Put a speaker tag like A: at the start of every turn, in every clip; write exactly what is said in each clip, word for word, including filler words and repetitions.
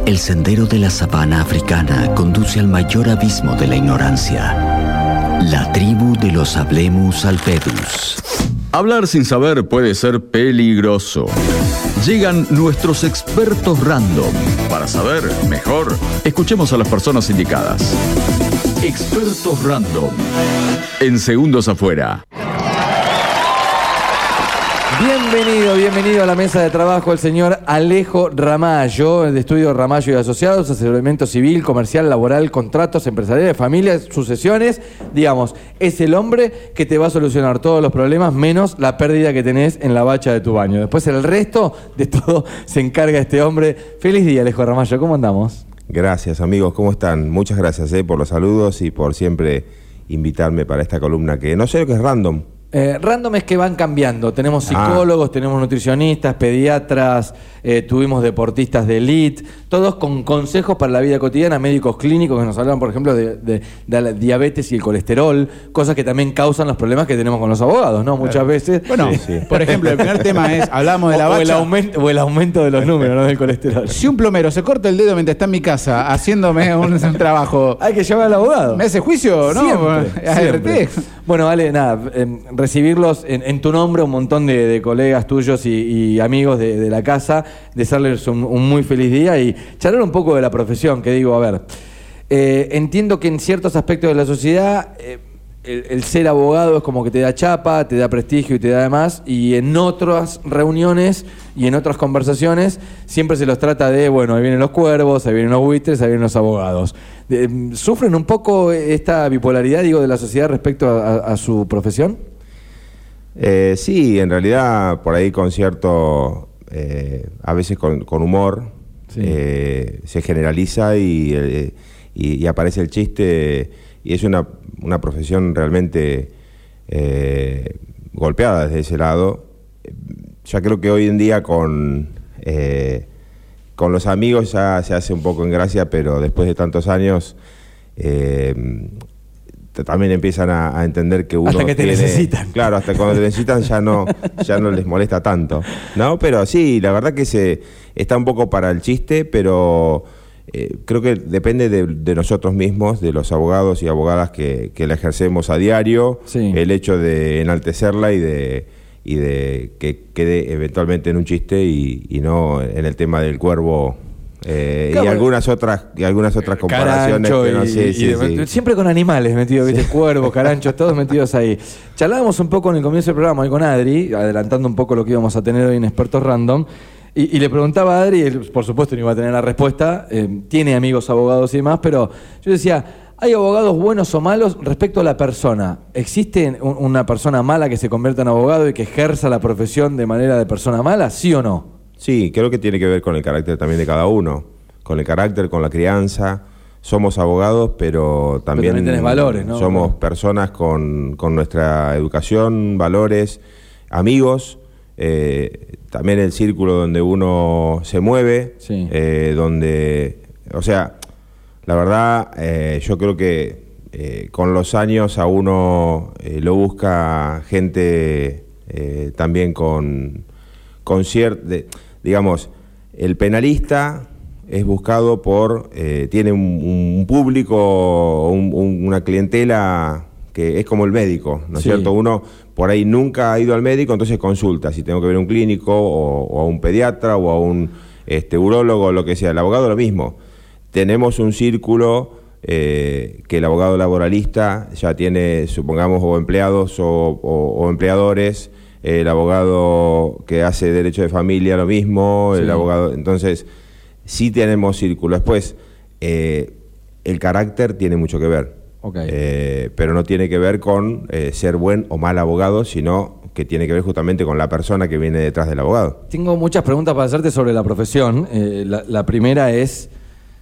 A: El sendero de la sabana africana conduce al mayor abismo de la ignorancia. La tribu de los Hablemus Alpedus.
B: Hablar sin saber puede ser peligroso. Llegan nuestros expertos random. Para saber mejor, escuchemos a las personas indicadas. Expertos random. En Segundos Afuera.
C: Bienvenido, bienvenido a la mesa de trabajo el señor Alejo Ramallo, de Estudio Ramallo y Asociados, asesoramiento civil, comercial, laboral, contratos, empresariales, familias, sucesiones. Digamos, es el hombre que te va a solucionar todos los problemas, menos la pérdida que tenés en la bacha de tu baño. Después el resto de todo se encarga este hombre. Feliz día, Alejo Ramallo, ¿cómo andamos?
D: Gracias, amigos, ¿cómo están? Muchas gracias eh, por los saludos y por siempre invitarme para esta columna que no sé lo que es random.
C: Eh, random es que van cambiando. Tenemos psicólogos, ah. tenemos nutricionistas, pediatras, eh, tuvimos deportistas de elite, todos con consejos para la vida cotidiana, médicos clínicos que nos hablan, por ejemplo, de, de, de la diabetes y el colesterol, cosas que también causan los problemas que tenemos con los abogados, ¿no? Muchas veces.
E: Bueno, sí, sí. Por ejemplo, el primer tema es, hablamos de la
C: o,
E: bacha.
C: O el, aumento, o el aumento de los números, ¿no? Del colesterol.
E: Si un plomero se corta el dedo mientras está en mi casa haciéndome un, un trabajo...
C: Hay que llamar al abogado.
E: ¿Me hace juicio, no?
C: Siempre, siempre. Bueno, vale, nada, eh, recibirlos en, en tu nombre, un montón de, de colegas tuyos y, y amigos de, de la casa, desearles un, un muy feliz día y charlar un poco de la profesión, que digo, a ver, eh, entiendo que en ciertos aspectos de la sociedad eh, el, el ser abogado es como que te da chapa, te da prestigio y te da demás, y en otras reuniones y en otras conversaciones siempre se los trata de, bueno, ahí vienen los cuervos, ahí vienen los buitres, ahí vienen los abogados. De, ¿Sufren un poco esta bipolaridad, digo, de la sociedad respecto a, a, a su profesión?
D: Eh, sí, en realidad por ahí con cierto, eh, a veces con, con humor, sí. eh, se generaliza y, eh, y, y aparece el chiste, y es una, una profesión realmente eh, golpeada desde ese lado. Ya creo que hoy en día con, eh, con los amigos ya se hace un poco en gracia, pero después de tantos años... Eh, también empiezan a, a entender que uno
C: hasta que te
D: tiene,
C: necesitan.
D: Claro, hasta cuando te necesitan ya no, ya no les molesta tanto, ¿no? Pero sí, la verdad que se está un poco para el chiste, pero eh, creo que depende de, de nosotros mismos, de los abogados y abogadas que, que la ejercemos a diario, sí. El hecho de enaltecerla y de, y de que quede eventualmente en un chiste y, y no en el tema del cuervo. Eh, claro, y algunas otras y algunas otras comparaciones que no sé,
C: y,
D: sí,
C: y de,
D: sí.
C: siempre con animales metidos, ¿viste? Sí. Cuervos, caranchos, todos metidos ahí. Charlábamos un poco en el comienzo del programa hoy con Adri, adelantando un poco lo que íbamos a tener hoy en Expertos Random, y, y le preguntaba a Adri, él, por supuesto no iba a tener la respuesta, eh, tiene amigos abogados y demás, pero yo decía, ¿hay abogados buenos o malos respecto a la persona? ¿Existe un, una persona mala que se convierta en abogado y que ejerza la profesión de manera de persona mala? ¿Sí o no?
D: Sí, creo que tiene que ver con el carácter también de cada uno, con el carácter, con la crianza. Somos abogados, pero también,
C: pero también tenés valores, ¿no?
D: Somos
C: bueno.
D: personas con, con nuestra educación, valores, amigos, eh, también el círculo donde uno se mueve, sí. eh, donde, o sea, la verdad, eh, yo creo que eh, con los años a uno eh, lo busca gente eh, también con, con cierto... Digamos, el penalista es buscado por, eh, tiene un, un público, un, un, una clientela que es como el médico, ¿no es sí. cierto? Uno por ahí nunca ha ido al médico, entonces consulta si tengo que ver a un clínico o, o a un pediatra o a un este, urólogo o lo que sea. El abogado lo mismo. Tenemos un círculo eh, que el abogado laboralista ya tiene, supongamos, o empleados o, o, o empleadores. El abogado que hace derecho de familia lo mismo, sí. el abogado, entonces sí tenemos círculo. Después, eh, el carácter tiene mucho que ver, okay. eh, pero no tiene que ver con eh, ser buen o mal abogado, sino que tiene que ver justamente con la persona que viene detrás del abogado.
C: Tengo muchas preguntas para hacerte sobre la profesión. Eh, la, la primera es,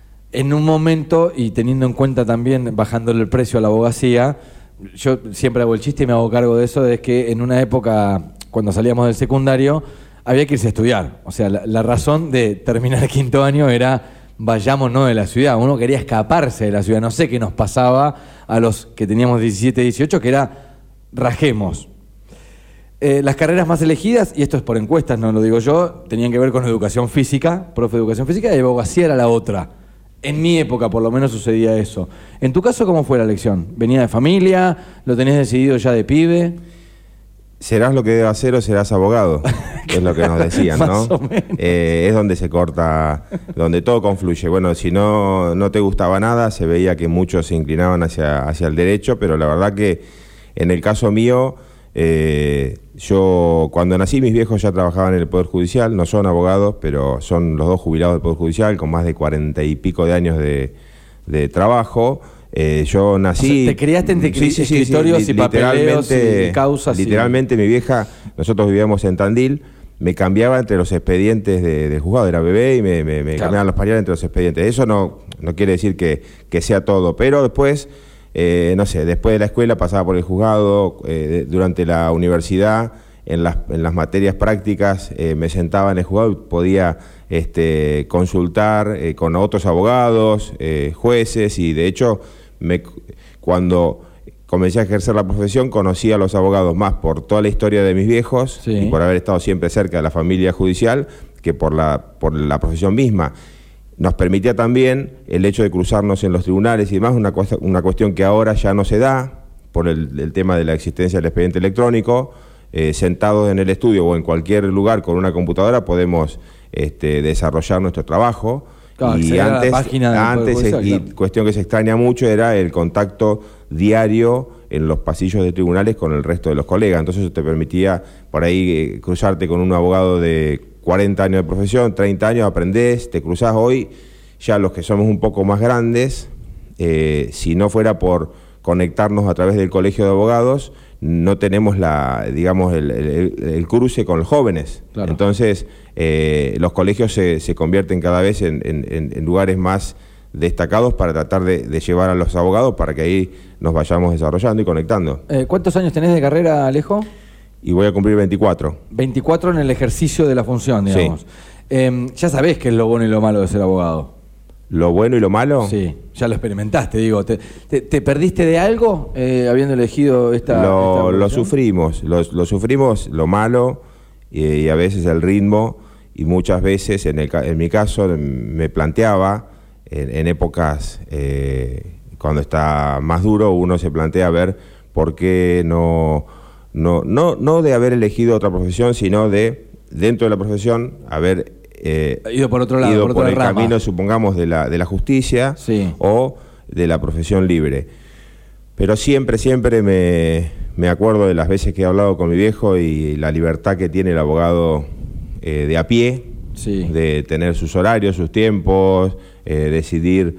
C: en un momento, y teniendo en cuenta también, bajándole el precio a la abogacía, yo siempre hago el chiste y me hago cargo de eso, de que en una época, cuando salíamos del secundario, había que irse a estudiar. O sea, la, la razón de terminar el quinto año era vayámonos de la ciudad. Uno quería escaparse de la ciudad. No sé qué nos pasaba a los que teníamos diecisiete, dieciocho, que era rajemos. Eh, las carreras más elegidas, y esto es por encuestas, no lo digo yo, tenían que ver con educación física, profe de educación física, y abogacía era la otra. En mi época, por lo menos, sucedía eso. En tu caso, ¿cómo fue la elección? ¿Venía de familia? ¿Lo tenías decidido ya de pibe?
D: Serás lo que debas hacer o serás abogado, es lo que nos decían, ¿no?
C: Más o menos.
D: Eh, es donde se corta, donde todo confluye. Bueno, si no, no te gustaba nada, se veía que muchos se inclinaban hacia, hacia el derecho, pero la verdad que en el caso mío, eh, yo cuando nací mis viejos ya trabajaban en el Poder Judicial, no son abogados, pero son los dos jubilados del Poder Judicial con más de cuarenta y pico de años de, de trabajo. Eh, yo nací...
C: O sea, ¿te criaste entre sí, sí, escritorios sí, y papeleos y causas?
D: Literalmente y... mi vieja, nosotros vivíamos en Tandil, me cambiaba entre los expedientes de, de juzgado, era bebé y me, me, me claro. cambiaban los pañales entre los expedientes. Eso no, no quiere decir que, que sea todo, pero después, eh, no sé, después de la escuela pasaba por el juzgado, eh, durante la universidad, en las, en las materias prácticas, eh, me sentaba en el juzgado y podía este, consultar eh, con otros abogados, eh, jueces, y de hecho, me, cuando comencé a ejercer la profesión, conocí a los abogados más por toda la historia de mis viejos sí. y por haber estado siempre cerca de la familia judicial que por la, por la profesión misma. Nos permitía también el hecho de cruzarnos en los tribunales y demás, una, cosa, una cuestión que ahora ya no se da por el, el tema de la existencia del expediente electrónico. Eh, sentados en el estudio o en cualquier lugar con una computadora podemos este, desarrollar nuestro trabajo.
C: Claro,
D: y antes, antes
C: judicial,
D: y
C: claro.
D: cuestión que se extraña mucho era el contacto diario en los pasillos de tribunales con el resto de los colegas. Entonces eso te permitía por ahí eh, cruzarte con un abogado de cuarenta años de profesión, treinta años, aprendés, te cruzás. Hoy ya los que somos un poco más grandes, eh, si no fuera por conectarnos a través del colegio de abogados, no tenemos la, digamos, el, el, el cruce con los jóvenes. Claro. Entonces, eh, los colegios se, se convierten cada vez en, en, en lugares más destacados para tratar de, de llevar a los abogados para que ahí nos vayamos desarrollando y conectando.
C: Eh, ¿Cuántos años tenés de carrera, Alejo?
D: Y voy a cumplir veinticuatro.
C: veinticuatro en el ejercicio de la función, digamos. Sí. Eh, ya sabés qué es lo bueno y lo malo de ser abogado.
D: ¿Lo bueno y lo malo?
C: Sí, ya lo experimentaste, digo. ¿Te, te, te perdiste de algo eh, habiendo elegido esta...
D: Lo,
C: esta
D: lo sufrimos, lo, lo sufrimos, lo malo y, y a veces el ritmo, y muchas veces, en, el, en mi caso, me planteaba, en, en épocas eh, cuando está más duro, uno se plantea ver por qué no, no, no, no de haber elegido otra profesión, sino de, dentro de la profesión, haber... Eh,
C: ido por otro lado,
D: ido
C: por,
D: por el
C: rama.
D: camino, supongamos, de la, de la justicia
C: sí.
D: o de la profesión libre. Pero siempre, siempre me, me acuerdo de las veces que he hablado con mi viejo y la libertad que tiene el abogado eh, de a pie,
C: sí.
D: de tener sus horarios, sus tiempos, eh, decidir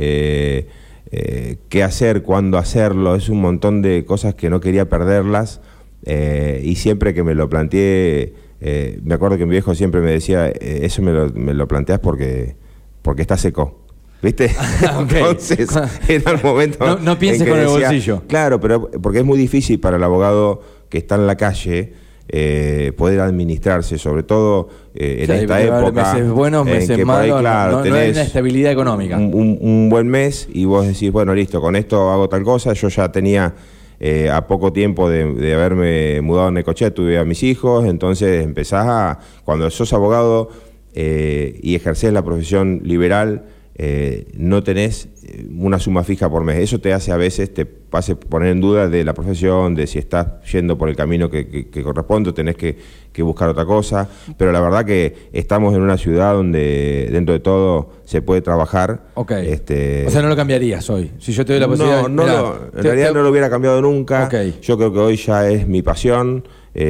D: eh, eh, qué hacer, cuándo hacerlo. Es un montón de cosas que no quería perderlas eh, y siempre que me lo planteé... Eh, me acuerdo que mi viejo siempre me decía, eh, eso me lo, me lo planteas porque, porque está seco, ¿viste?
C: Okay.
D: Entonces, era el momento...
C: No, no pienses con
D: decía,
C: el bolsillo.
D: Claro, pero porque es muy difícil para el abogado que está en la calle eh, poder administrarse, sobre todo eh, en
C: sí,
D: esta época.
C: Meses buenos, meses malos, ahí, claro, no, no hay una estabilidad económica.
D: Un, un, un buen mes y vos decís, bueno, listo, con esto hago tal cosa. Yo ya tenía... Eh, a poco tiempo de, de haberme mudado a Necochea, tuve a mis hijos, entonces empezás a, cuando sos abogado eh, y ejercés la profesión liberal, eh, no tenés una suma fija por mes. Eso te hace a veces, te hace poner en duda de la profesión, de si estás yendo por el camino que, que, que corresponde, o tenés que, que buscar otra cosa. Pero la verdad que estamos en una ciudad donde dentro de todo se puede trabajar.
C: Okay.
D: Este,
C: o sea, no lo cambiarías hoy. Si yo te doy la posibilidad...
D: No, no,
C: mirá,
D: no en
C: te,
D: realidad
C: te...
D: no lo hubiera cambiado nunca.
C: Okay.
D: Yo creo que hoy ya es mi pasión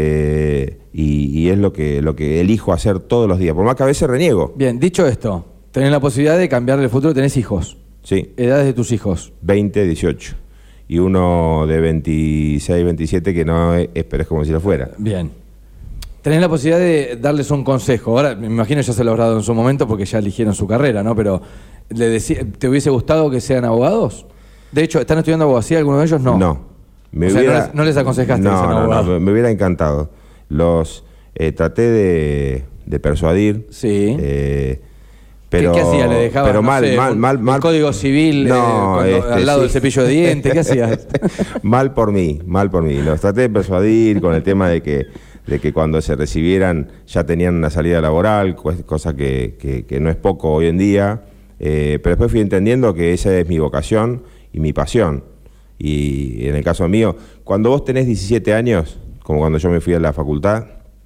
D: eh, y, y es lo que, lo que elijo hacer todos los días. Por más que a veces reniego.
C: Bien, dicho esto, tenés la posibilidad de cambiar el futuro, tenés hijos.
D: Sí.
C: ¿Edades de tus hijos?
D: veinte, dieciocho. Y uno de veintiséis, veintisiete que no es, pero es como si lo fuera.
C: Bien. Tenés la posibilidad de darles un consejo. Ahora, me imagino ya se lo habrá dado en su momento porque ya eligieron su carrera, ¿no? Pero, ¿le decí, ¿te hubiese gustado que sean abogados? De hecho, ¿están estudiando abogacía algunos de ellos? No.
D: No. Me
C: o
D: hubiera,
C: sea, no, les, no les aconsejaste
D: no,
C: que sean
D: no,
C: abogados.
D: No, me hubiera encantado. Los eh, traté de, de persuadir.
C: Sí.
D: Eh, Pero,
C: ¿Qué, ¿Qué hacía? ¿Le dejaba
D: pero mal,
C: no sé,
D: mal, mal, mal,
C: el código civil
D: no,
C: eh, cuando,
D: este,
C: al lado
D: sí.
C: del cepillo de dientes? ¿Qué hacías?
D: Mal por mí, mal por mí. Los traté de persuadir con el tema de que de que cuando se recibieran ya tenían una salida laboral, cosa que, que, que no es poco hoy en día. Eh, pero después fui entendiendo que esa es mi vocación y mi pasión. Y en el caso mío, cuando vos tenés diecisiete años, como cuando yo me fui a la facultad,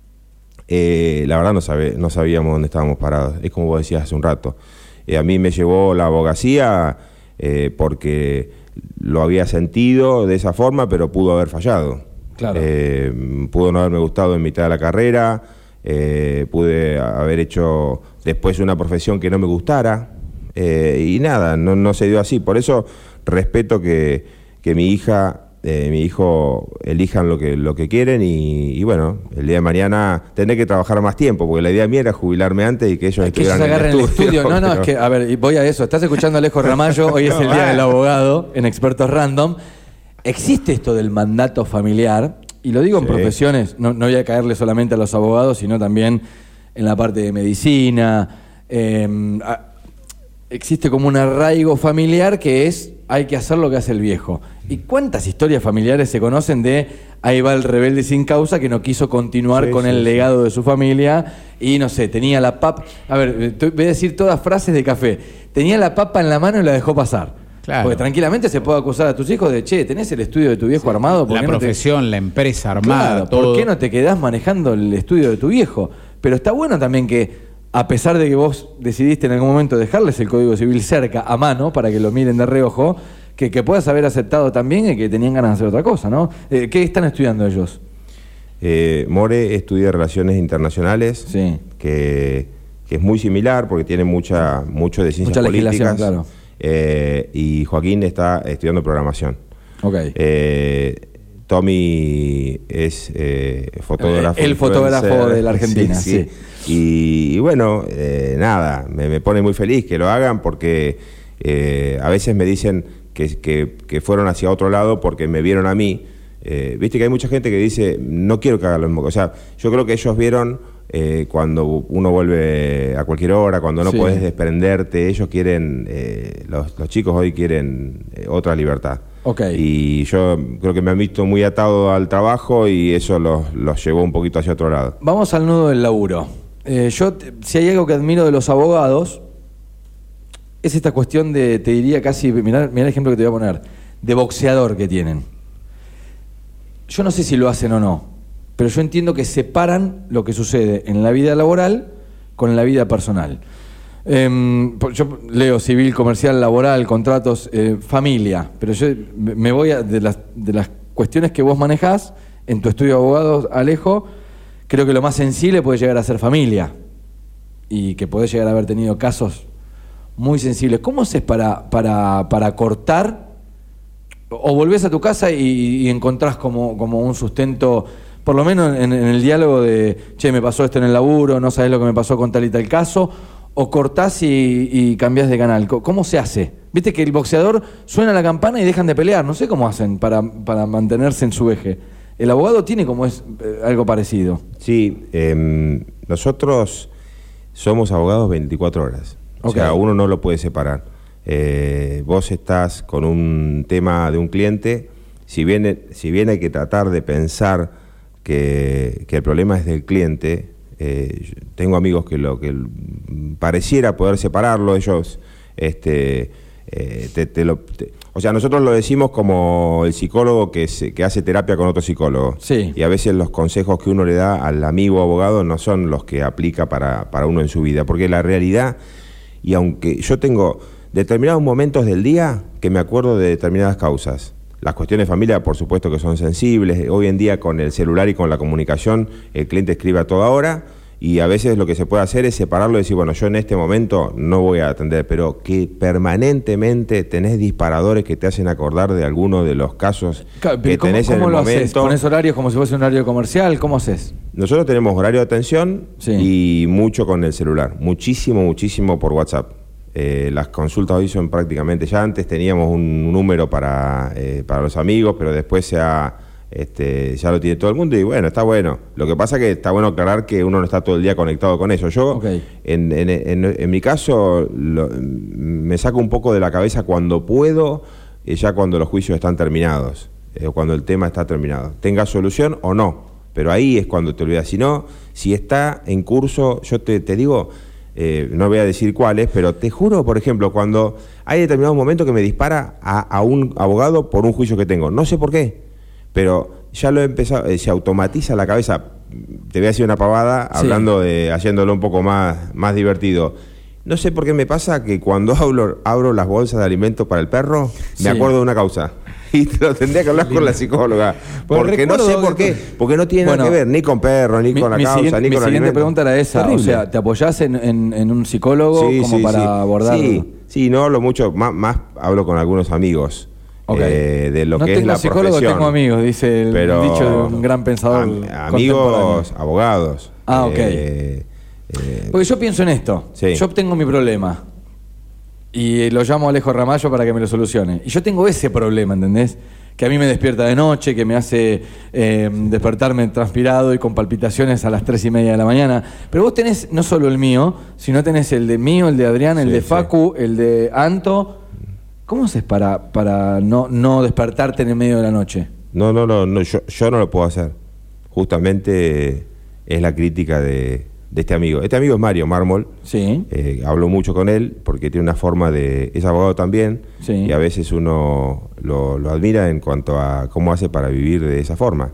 D: eh, la verdad no, sabe, no sabíamos dónde estábamos parados. Es como vos decías hace un rato. Eh, a mí me llevó la abogacía eh, porque lo había sentido de esa forma, pero pudo haber fallado.
C: Claro.
D: Eh, pudo no haberme gustado en mitad de la carrera, eh, pude haber hecho después una profesión que no me gustara, eh, y nada, no, no se dio así. Por eso respeto que, que mi hija, eh, mi hijo elijan lo que, lo que quieren y, y bueno, el día de mañana tendré que trabajar más tiempo, porque la idea mía era jubilarme antes y que ellos
C: que
D: estuvieran
C: ellos agarren
D: en el
C: el
D: estudio.
C: estudio. No, no,
D: pero...
C: es que, a ver, voy a eso. Estás escuchando a Alejo Ramallo, hoy es el Día del Abogado en Expertos Random. Existe esto del mandato familiar, y lo digo en sí. profesiones, no, no voy a caerle solamente a los abogados, sino también en la parte de medicina. Eh, a, existe como un arraigo familiar que es, hay que hacer lo que hace el viejo. ¿Y cuántas historias familiares se conocen de, ahí va el rebelde sin causa que no quiso continuar sí, con sí, el legado sí. de su familia y, no sé, tenía la papa... A ver, voy a decir todas frases de café. Tenía la papa en la mano y la dejó pasar. Claro. Porque tranquilamente se puede acusar a tus hijos de, che, ¿tenés el estudio de tu viejo sí. armado?
E: La profesión, no te... la empresa armada,
C: claro,
E: todo.
C: ¿Por qué no te quedás manejando el estudio de tu viejo? Pero está bueno también que, a pesar de que vos decidiste en algún momento dejarles el Código Civil cerca, a mano, para que lo miren de reojo, que, que puedas haber aceptado también y que tenían ganas de hacer otra cosa, ¿no? Eh, ¿Qué están estudiando ellos?
D: Eh, More estudia Relaciones Internacionales, sí. que, que es muy similar porque tiene mucha, mucho de ciencias
C: mucha
D: políticas.
C: Claro.
D: Eh, y Joaquín está estudiando programación.
C: Okay.
D: Eh, Tommy es eh, fotógrafo.
C: El fotógrafo de la Argentina, sí. sí.
D: sí. Y, y bueno, eh, nada, me, me pone muy feliz que lo hagan porque eh, a veces me dicen que, que, que fueron hacia otro lado porque me vieron a mí. Eh, Viste que hay mucha gente que dice, no quiero que hagan lo mismo. O sea, yo creo que ellos vieron... Eh, cuando uno vuelve a cualquier hora, cuando no sí. podés desprenderte, ellos quieren, eh, los, los chicos hoy quieren eh, otra libertad.
C: Okay.
D: Y yo creo que me han visto muy atado al trabajo y eso los, los llevó un poquito hacia otro lado.
C: Vamos al nudo del laburo. Eh, yo, si hay algo que admiro de los abogados, es esta cuestión de, te diría casi, mirá, mirá el ejemplo que te voy a poner, de boxeador que tienen. Yo no sé si lo hacen o no, pero yo entiendo que separan lo que sucede en la vida laboral con la vida personal. Eh, yo leo civil, comercial, laboral, contratos, eh, familia, pero yo me voy a, de las, de las cuestiones que vos manejás en tu estudio de abogados, Alejo, creo que lo más sensible puede llegar a ser familia y que podés llegar a haber tenido casos muy sensibles. ¿Cómo haces para, para, para cortar o volvés a tu casa y, y encontrás como, como un sustento... Por lo menos en, en el diálogo de, che, me pasó esto en el laburo, no sabés lo que me pasó con tal y tal caso, o cortás y, y cambiás de canal. ¿Cómo se hace? Viste que el boxeador suena la campana y dejan de pelear. No sé cómo hacen para, para mantenerse en su eje. El abogado tiene como es eh, algo parecido.
D: Sí, eh, nosotros somos abogados veinticuatro horas. Okay. O sea, uno no lo puede separar. Eh, vos estás con un tema de un cliente, si bien, si bien hay que tratar de pensar... Que, que el problema es del cliente. Eh, tengo amigos que lo que pareciera poder separarlo, ellos este, eh, te, te lo, te, o sea, nosotros lo decimos como el psicólogo que, se, que hace terapia con otro psicólogo.
C: Sí.
D: Y a veces los consejos que uno le da al amigo abogado no son los que aplica para, para uno en su vida, porque la realidad, y aunque yo tengo determinados momentos del día que me acuerdo de determinadas causas. Las cuestiones de familia, por supuesto que son sensibles. Hoy en día con el celular y con la comunicación, el cliente escribe a toda hora y a veces lo que se puede hacer es separarlo y decir, bueno, yo en este momento no voy a atender, pero que permanentemente tenés disparadores que te hacen acordar de alguno de los casos claro, que
C: ¿cómo,
D: tenés
C: cómo
D: en el
C: lo
D: momento.
C: Haces? ¿Ponés horarios como si fuese un horario comercial? ¿Cómo haces?
D: Nosotros tenemos horario de atención sí. y mucho con el celular, muchísimo, muchísimo por WhatsApp. Eh, las consultas hoy son prácticamente, ya antes teníamos un número para, eh, para los amigos, pero después se ha, este, ya lo tiene todo el mundo y bueno, está bueno. Lo que pasa es que está bueno aclarar que uno no está todo el día conectado con eso. Yo, okay. en, en, en, en mi caso, lo, me saco un poco de la cabeza cuando puedo, eh, ya cuando los juicios están terminados, eh, o cuando el tema está terminado. Tenga solución o no, pero ahí es cuando te olvidas. Si no, si está en curso, yo te, te digo, eh, no voy a decir cuáles, pero te juro, por ejemplo, cuando hay determinados momentos que me dispara a, a un abogado por un juicio que tengo, no sé por qué, pero ya lo he empezado, eh, se automatiza la cabeza. Te voy a decir una pavada, sí. hablando de, haciéndolo un poco más, más divertido. No sé por qué me pasa que cuando abro, abro las bolsas de alimentos para el perro, sí. me acuerdo de una causa. Y te lo tendría que hablar con la psicóloga. Pues porque no sé por qué. Porque no tiene bueno, nada que ver ni con perros, ni mi, con la causa, ni con alimentos. Mi siguiente
C: pregunta era esa. Terrible. O sea, ¿te apoyás en, en, en un psicólogo sí, como sí, para sí. abordar?
D: Sí, sí, no hablo mucho, más, más hablo con algunos amigos. Okay. Eh, de lo
C: no
D: que es la profesión.
C: No tengo psicólogo, tengo amigos, dice el
D: pero,
C: dicho de un gran pensador
D: am, amigos, abogados.
C: Ah, ok. Eh, eh, Porque yo pienso en esto. Sí. Yo tengo mi problema y lo llamo a Alejo Ramallo para que me lo solucione. Y yo tengo ese problema, ¿entendés? Que a mí me despierta de noche, que me hace eh, despertarme transpirado y con palpitaciones a las tres y media de la mañana. Pero vos tenés no solo el mío, sino tenés el de mío, el de Adrián, el sí, de Facu, sí. el de Anto. ¿Cómo haces para, para no, no despertarte en el medio de la noche?
D: No, no, no, no yo, yo no lo puedo hacer. Justamente es la crítica de, de este amigo. Este amigo es Mario Mármol.
C: Sí.
D: Eh, hablo mucho con él porque tiene una forma de... Es abogado también.
C: Sí.
D: Y a veces uno lo, lo admira en cuanto a cómo hace para vivir de esa forma.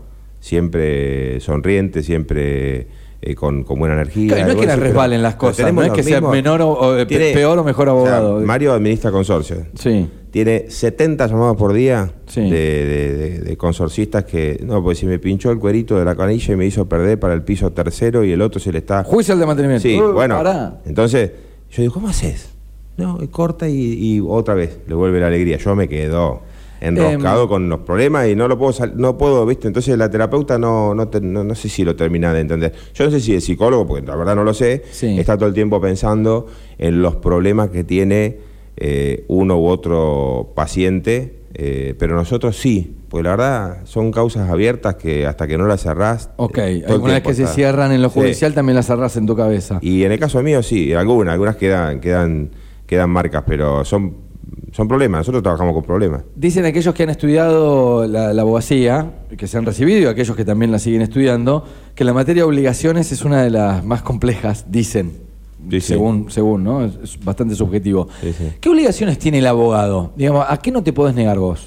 D: Siempre sonriente, siempre... Eh, con, con buena energía.
C: Claro, no es que le resbalen las cosas, no es que sea menor o, o tiene, peor o mejor abogado.
D: O sea, Mario administra consorcios.
C: Sí.
D: Tiene setenta llamados por día
C: sí.
D: de, de, de, de consorcistas que, no, pues si me pinchó el cuerito de la canilla y me hizo perder para el piso tercero y el otro se le está...
C: Juicio al de mantenimiento.
D: Sí,
C: uh,
D: bueno,
C: pará.
D: Entonces yo digo, ¿cómo haces? No, corta y, y otra vez le vuelve la alegría. Yo me quedo... enroscado eh, con los problemas y no lo puedo, no puedo, ¿viste? Entonces la terapeuta no, no, te, no, no sé si lo termina de entender. Yo no sé si el psicólogo, porque la verdad no lo sé,
C: sí.
D: está todo el tiempo pensando en los problemas que tiene eh, uno u otro paciente, eh, pero nosotros sí, porque la verdad son causas abiertas que hasta que no las cerrás...
C: Ok, alguna vez que está... se cierran en lo judicial sí. también las cerrás en tu cabeza.
D: Y en el caso mío sí, algunas, algunas quedan, quedan, quedan marcas, pero son... Son problemas, nosotros trabajamos con problemas.
C: Dicen aquellos que han estudiado la, la abogacía, que se han recibido, y aquellos que también la siguen estudiando, que la materia de obligaciones es una de las más complejas, dicen, sí, según, sí. según, ¿no? Es, es bastante subjetivo.
D: Sí, sí.
C: ¿Qué obligaciones tiene el abogado? Digamos, ¿a qué no te podés negar vos?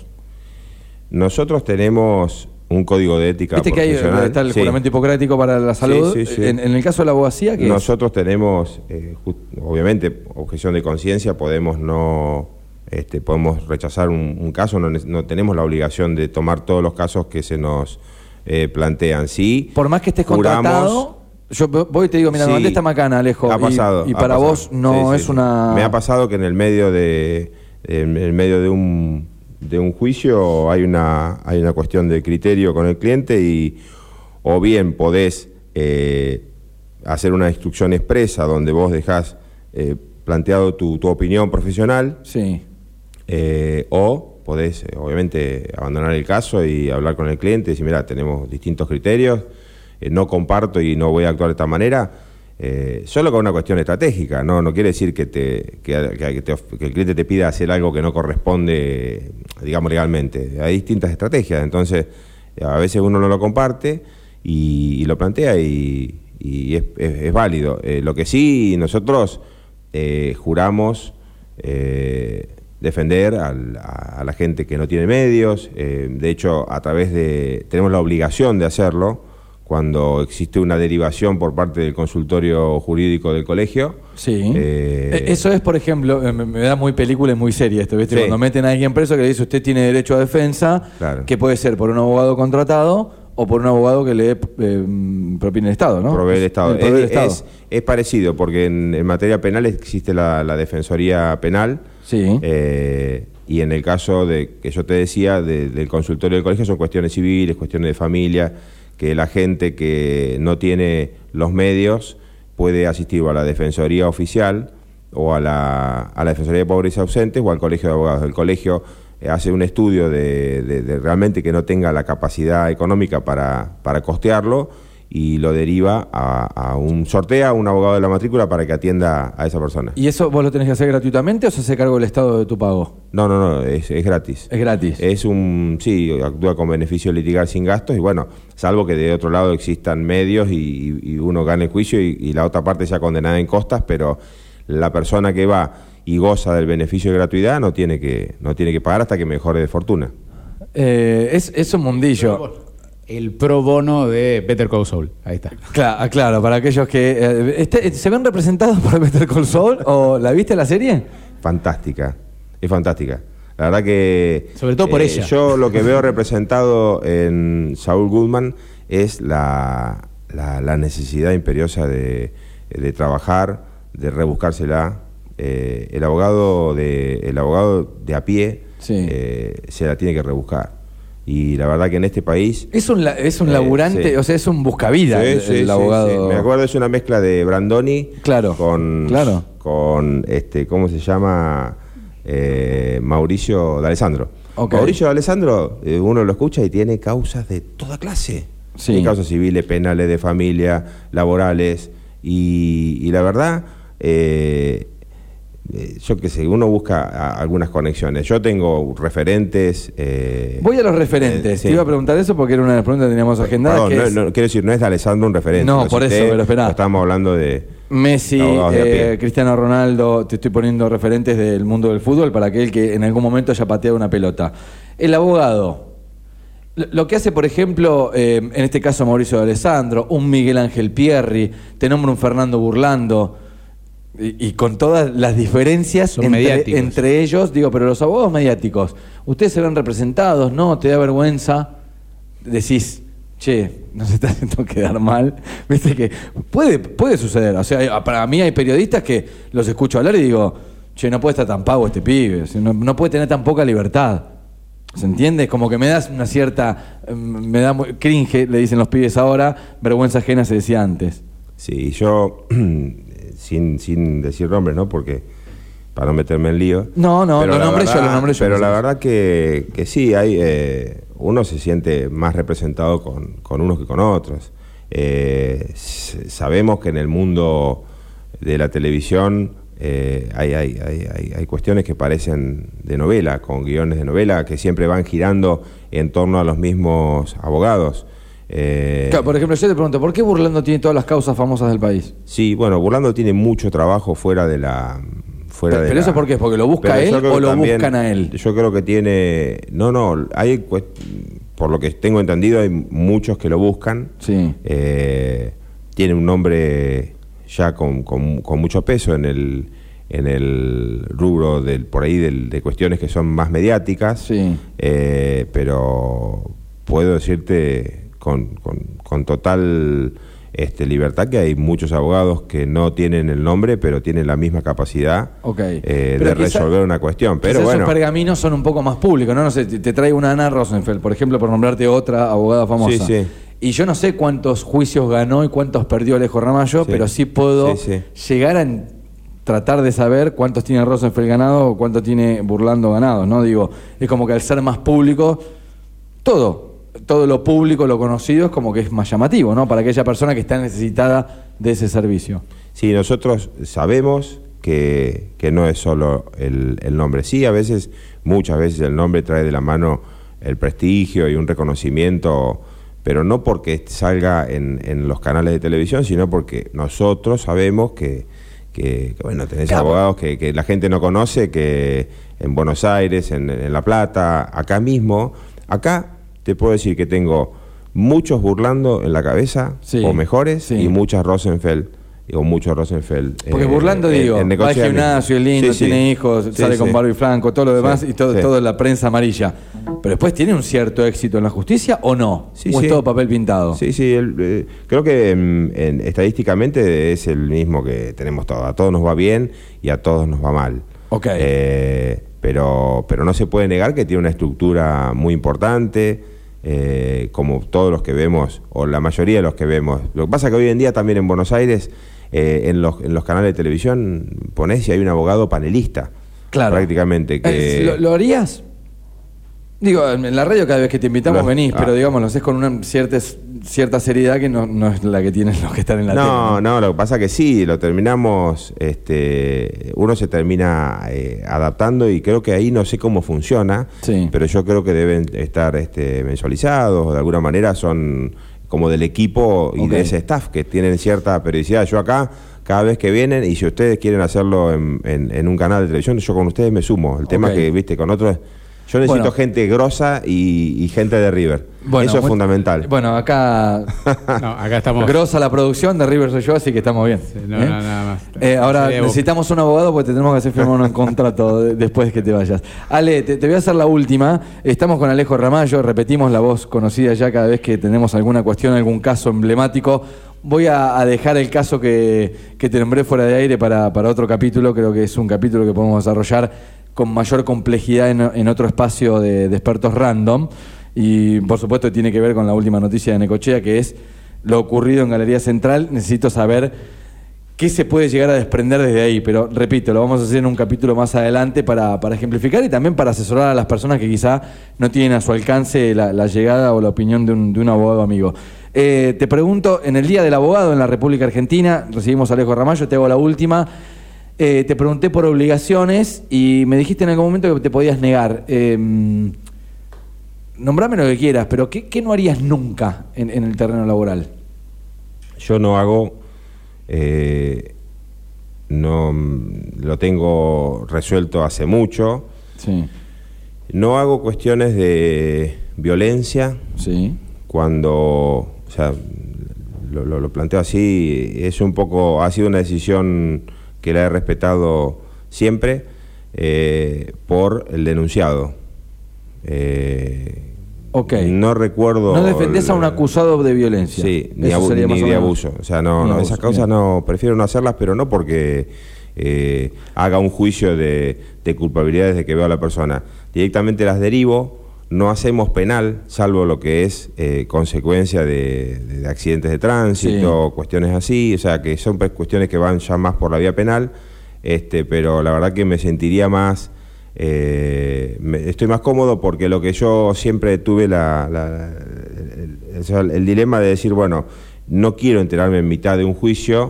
D: Nosotros tenemos un código de ética
C: ¿Viste
D: profesional?
C: Que hay, está el
D: sí.
C: juramento hipocrático para la salud.
D: Sí, sí, sí.
C: En, en el caso de la abogacía, ¿qué
D: Nosotros
C: es?
D: tenemos, eh, just, obviamente, objeción de conciencia, podemos no... Este, podemos rechazar un, un caso, no, no tenemos la obligación de tomar todos los casos que se nos eh, plantean. Sí,
C: por más que estés
D: juramos,
C: contratado, yo voy y te digo, mira,
D: sí,
C: ¿dónde está Macana, Alejo?
D: Ha pasado.
C: Y, y para
D: pasado.
C: vos no
D: sí,
C: es
D: sí,
C: una...
D: Me ha pasado que en el medio de, en el medio de un, de un juicio hay una, hay una cuestión de criterio con el cliente y o bien podés eh, hacer una instrucción expresa donde vos dejás eh, planteado tu, tu opinión profesional.
C: Sí.
D: Eh, o podés, eh, obviamente, abandonar el caso y hablar con el cliente y decir, mira, tenemos distintos criterios, eh, no comparto y no voy a actuar de esta manera, eh, solo con una cuestión estratégica, no no quiere decir que, te, que, que, te, que el cliente te pida hacer algo que no corresponde, digamos, legalmente. Hay distintas estrategias, entonces a veces uno no lo comparte y, y lo plantea y, y es, es, es válido. Eh, lo que sí, nosotros eh, juramos... Eh, defender al, a, a la gente que no tiene medios, eh, de hecho a través de, tenemos la obligación de hacerlo cuando existe una derivación por parte del consultorio jurídico del colegio.
C: Sí. Eh, Eso es, por ejemplo, me, me da muy película y muy seria esto, ¿viste? Sí. Cuando meten a alguien preso que le dice usted tiene derecho a defensa,
D: claro.
C: que puede ser por un abogado contratado o por un abogado que le eh, propine el Estado, ¿no?
D: Provee el Estado.
C: El provee el
D: es,
C: Estado.
D: Es, es parecido, porque en, en materia penal existe la, la Defensoría Penal.
C: Sí.
D: Eh, y en el caso de que yo te decía de, del consultorio del colegio son cuestiones civiles, cuestiones de familia, que la gente que no tiene los medios puede asistir o a la Defensoría Oficial o a la, a la Defensoría de Pobres y Ausentes o al Colegio de Abogados. El colegio eh, hace un estudio de, de, de realmente que no tenga la capacidad económica para, para costearlo y lo deriva a, a un sortea a un abogado de la matrícula para que atienda a esa persona.
C: ¿Y eso vos lo tenés que hacer gratuitamente o se hace cargo el Estado de tu pago?
D: No, no, no, es, es gratis.
C: Es gratis.
D: Es un, sí, actúa con beneficio de litigar sin gastos y bueno, salvo que de otro lado existan medios y, y uno gane el juicio y, y la otra parte sea condenada en costas, pero la persona que va y goza del beneficio de gratuidad no tiene que, no tiene que pagar hasta que mejore de fortuna.
C: Eh, es, es un mundillo.
E: El pro bono de Better Call Saul. Ahí está.
C: Claro, claro, para aquellos que... Eh, este, ¿se ven representados por Better Call Saul? ¿O la viste la serie?
D: Fantástica, es fantástica. La verdad que...
E: Sobre todo por
D: eh,
E: ella.
D: Yo lo que veo representado en Saul Goodman es la, la, la necesidad imperiosa de, de trabajar, de rebuscársela. Eh, el abogado de el abogado de a pie sí. eh, se la tiene que rebuscar. Y la verdad que en este país...
C: Es un, es un laburante, eh, sí. o sea, es un buscavidas sí, el, sí, el abogado. Sí, sí.
D: Me acuerdo, es una mezcla de Brandoni
C: claro,
D: con,
C: claro.
D: con este, ¿cómo se llama? Eh, Mauricio D'Alessandro. Okay. Mauricio D'Alessandro, eh, uno lo escucha y tiene causas de toda clase. Sí. Tiene causas civiles, penales, de familia, laborales. Y, y la verdad... Eh, yo qué sé, uno busca a, algunas conexiones. Yo tengo referentes... Eh,
C: Voy a los referentes. Eh, sí. Te iba a preguntar eso porque era una de las preguntas que teníamos agendadas.
D: Perdón,
C: que
D: no,
C: es...
D: no, quiero decir, no es de Alessandro un referente.
C: No, por eso, pero esperá.
D: Estamos hablando de...
C: Messi,
D: de
C: eh, Cristiano Ronaldo, te estoy poniendo referentes del mundo del fútbol para aquel que en algún momento haya pateado una pelota. El abogado, lo que hace, por ejemplo, eh, en este caso Mauricio D'Alessandro, un Miguel Ángel Pierri, te nombro un Fernando Burlando... Y, y con todas las diferencias entre, entre ellos, digo, pero los abogados mediáticos, ustedes se ven representados, ¿no? ¿Te da vergüenza? Decís, che, nos está haciendo quedar mal. Viste que puede, puede suceder. O sea, para mí hay periodistas que los escucho hablar y digo, che, no puede estar tan pago este pibe, no, no puede tener tan poca libertad. ¿Se entiende? Como que me das una cierta, me da muy, cringe, le dicen los pibes ahora, vergüenza ajena se decía antes.
D: Sí, yo... Sin, sin decir nombres, ¿no? Porque para no meterme en lío.
C: No, no, los nombres yo, los nombres yo.
D: Pero la verdad que, que sí, hay eh, uno se siente más representado con, con unos que con otros. Eh, sabemos que en el mundo de la televisión eh, hay, hay, hay, hay, hay cuestiones que parecen de novela, con guiones de novela, que siempre van girando en torno a los mismos abogados.
C: Eh, claro, por ejemplo, yo te pregunto, ¿por qué Burlando tiene todas las causas famosas del país?
D: Sí, bueno, Burlando tiene mucho trabajo fuera de la... Fuera
C: pero
D: de
C: pero
D: la,
C: eso ¿por qué? ¿Porque lo busca él o lo también, buscan a él?
D: Yo creo que tiene... No, no, hay, por lo que tengo entendido, hay muchos que lo buscan.
C: Sí.
D: Eh, tiene un nombre ya con, con, con mucho peso en el... en el rubro del por ahí del, de cuestiones que son más mediáticas.
C: Sí.
D: Eh, pero puedo decirte... Con, con, con total este, libertad que hay muchos abogados que no tienen el nombre pero tienen la misma capacidad
C: okay.
D: eh, de quizá, resolver una cuestión, pero bueno,
C: esos pergaminos son un poco más públicos, ¿no? No sé, te, te traigo una Ana Rosenfeld, por ejemplo, por nombrarte otra abogada famosa.
D: Sí, sí.
C: Y yo no sé cuántos juicios ganó y cuántos perdió Alejo Ramallo, sí. pero sí puedo sí, sí. llegar a en, tratar de saber cuántos tiene Rosenfeld ganado o cuántos tiene Burlando ganado, ¿no? Digo, es como que al ser más público, todo todo lo público, lo conocido, es como que es más llamativo, ¿no? Para aquella persona que está necesitada de ese servicio.
D: Sí, nosotros sabemos que, que no es solo el, el nombre. Sí, a veces, muchas veces el nombre trae de la mano el prestigio y un reconocimiento, pero no porque salga en, en los canales de televisión, sino porque nosotros sabemos que, que, que bueno, tenés claro. abogados que, que la gente no conoce, que en Buenos Aires, en, en La Plata, acá mismo, acá... Te puedo decir que tengo muchos Burlando en la cabeza, sí, o mejores, sí. y muchas Rosenfeld, o muchos Rosenfeld.
C: Porque eh, Burlando, eh, digo, en, en va al gimnasio, es lindo, sí, tiene sí. hijos, sí, sale sí. con Barbie Franco, todo lo demás, sí, y todo, sí. todo la prensa amarilla. Pero después, ¿tiene un cierto éxito en la justicia o no? Sí, ¿O sí. es todo papel pintado?
D: Sí, sí, el, eh, creo que en, en, estadísticamente es el mismo que tenemos todos. A todos nos va bien y a todos nos va mal.
C: Ok.
D: Eh, pero, pero no se puede negar que tiene una estructura muy importante. Eh, como todos los que vemos, o la mayoría de los que vemos. Lo que pasa es que hoy en día también en Buenos Aires, eh, en, los, en los canales de televisión, ponés y hay un abogado panelista.
C: Claro.
D: Prácticamente. Que...
C: ¿Lo, ¿Lo harías? Digo, en la radio cada vez que te invitamos
D: Lo-
C: venís,
D: ah.
C: pero digamos, lo haces con una cierta, cierta seriedad que no, no es la que tienen los que están en la
D: No,
C: tele.
D: no, lo que pasa que sí, lo terminamos, este, uno se termina eh, adaptando y creo que ahí no sé cómo funciona,
C: Sí.
D: pero yo creo que deben estar este, mensualizados o de alguna manera son como del equipo y
C: Ok.
D: de ese staff que tienen cierta periodicidad. Yo acá, cada vez que vienen, y si ustedes quieren hacerlo en, en- en un canal de televisión, yo con ustedes me sumo. El tema
C: Ok.
D: es que, viste, con otros... Yo necesito
C: Bueno.
D: gente grosa y, y gente de River.
C: Bueno,
D: Eso es
C: muy-
D: fundamental.
C: Bueno, acá
E: No, acá estamos.
C: grosa la producción, de River soy yo, así que estamos bien.
E: No,
C: ¿Eh?
E: no, nada más.
C: Eh, ahora
E: Sería Boca.
C: necesitamos un abogado porque tenemos que hacer firmar un contrato de- después de que te vayas. Ale, te, te voy a hacer la última. Estamos con Alejo Ramallo, repetimos la voz conocida ya cada vez que tenemos alguna cuestión, algún caso emblemático. Voy a, a dejar el caso que, que te nombré fuera de aire para, para otro capítulo. Creo que es un capítulo que podemos desarrollar con mayor complejidad en, en otro espacio de, de expertos random. Y por supuesto tiene que ver con la última noticia de Necochea, que es lo ocurrido en Galería Central. Necesito saber qué se puede llegar a desprender desde ahí, pero repito, lo vamos a hacer en un capítulo más adelante para, para ejemplificar y también para asesorar a las personas que quizá no tienen a su alcance la, la llegada o la opinión de un, de un abogado amigo. Eh, te pregunto, en el Día del Abogado en la República Argentina, recibimos a Alejo Ramallo, te hago la última. Eh, te pregunté por obligaciones y me dijiste en algún momento que te podías negar. Eh, nombrame lo que quieras, pero ¿qué, qué no harías nunca en, en el terreno laboral?
D: Yo no hago, eh, no mm, lo tengo resuelto hace mucho.
C: Sí,
D: No hago cuestiones de violencia
C: sí.
D: cuando, o sea, lo, lo- lo planteo así, es un poco, ha sido una decisión que la he respetado siempre eh, por el denunciado. Eh,
C: Ok.
D: No recuerdo...
C: No defendés a un
D: la-
C: acusado de violencia.
D: Sí, ni,
C: Eso
D: abu-
C: sería
D: ni
C: más o
D: de
C: menos.
D: abuso. O sea, no,
C: Ni
D: no,
C: abuso,
D: esas causas
C: bien.
D: no, prefiero no hacerlas, pero no porque eh, haga un juicio de, de culpabilidad desde que veo a la persona. Directamente las derivo, no hacemos penal, salvo lo que es eh, consecuencia de, de- de accidentes de tránsito, cuestiones así, o sea, que son pues, cuestiones que van ya más por la vía penal, este, pero la verdad que me sentiría más... Eh, me- estoy más cómodo porque lo que yo siempre tuve la, la- el, el- o sea, el dilema de decir, bueno, no quiero enterarme en mitad de un juicio.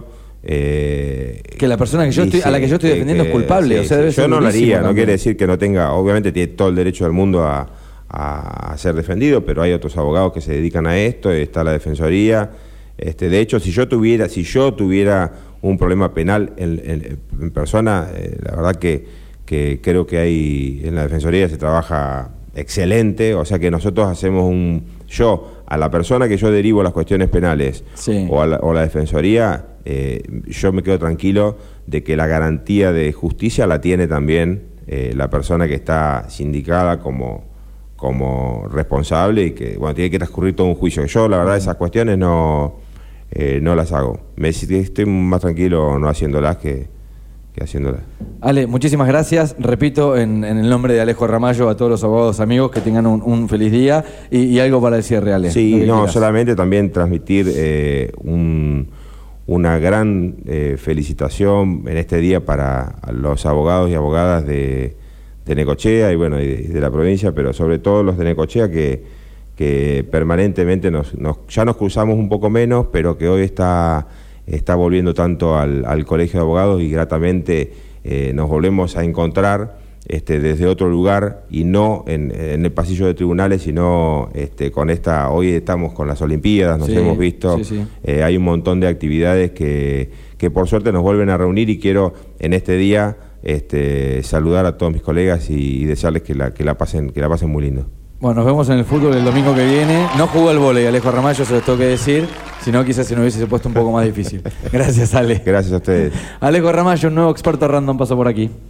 D: eh,
C: Que la persona que yo estoy- a la que yo estoy defendiendo es culpable, o sea, debe
D: yo
C: ser
D: no lo
C: durísimo
D: haría, no
C: también.
D: quiere decir que no tenga, obviamente tiene todo el derecho del mundo a, a- a ser defendido, pero hay otros abogados que se dedican a esto, está la defensoría. Este, de hecho, si yo tuviera, si yo tuviera un problema penal en, en- en persona, eh, la verdad que que creo que hay en la Defensoría se trabaja excelente, o sea que nosotros hacemos un... Yo, a la persona que yo derivo las cuestiones penales
C: Sí.
D: o, a la, o a la Defensoría, eh, yo me quedo tranquilo de que la garantía de justicia la tiene también eh, la persona que está sindicada como, como responsable y que, bueno, tiene que transcurrir todo un juicio. Yo, la verdad, esas cuestiones no, eh, no las hago. Me estoy más tranquilo no haciéndolas que... que haciéndolas.
C: Ale, muchísimas gracias. Repito, en, en el nombre de Alejo Ramallo, a todos los abogados amigos, que tengan un, un feliz día y, y algo para el cierre, Ale.
D: Sí,
C: lo que
D: no,
C: quieras.
D: solamente también transmitir eh, un, una gran eh, felicitación en este día para los abogados y abogadas de, de Necochea y bueno, y de, y de la provincia, pero sobre todo los de Necochea que, que permanentemente nos, nos, ya nos cruzamos un poco menos, pero que hoy está... está volviendo tanto al, al Colegio de Abogados y gratamente eh, nos volvemos a encontrar este, desde otro lugar y no en, en el pasillo de tribunales, sino este, con esta, hoy estamos con las Olimpiadas, nos
C: Sí,
D: hemos visto,
C: sí, sí.
D: eh, hay un montón de actividades que, que por suerte nos vuelven a reunir y quiero en este día este, saludar a todos mis colegas y, y desearles que la, que la pasen, que la pasen muy lindo.
C: Bueno, nos vemos en el fútbol el domingo que viene. No jugó el vóley, Alejo Ramallo, se lo tengo que decir. Si no, quizás se nos hubiese puesto un poco más difícil. Gracias, Ale.
D: Gracias a ustedes.
C: Alejo Ramallo, un nuevo experto random, pasó por aquí.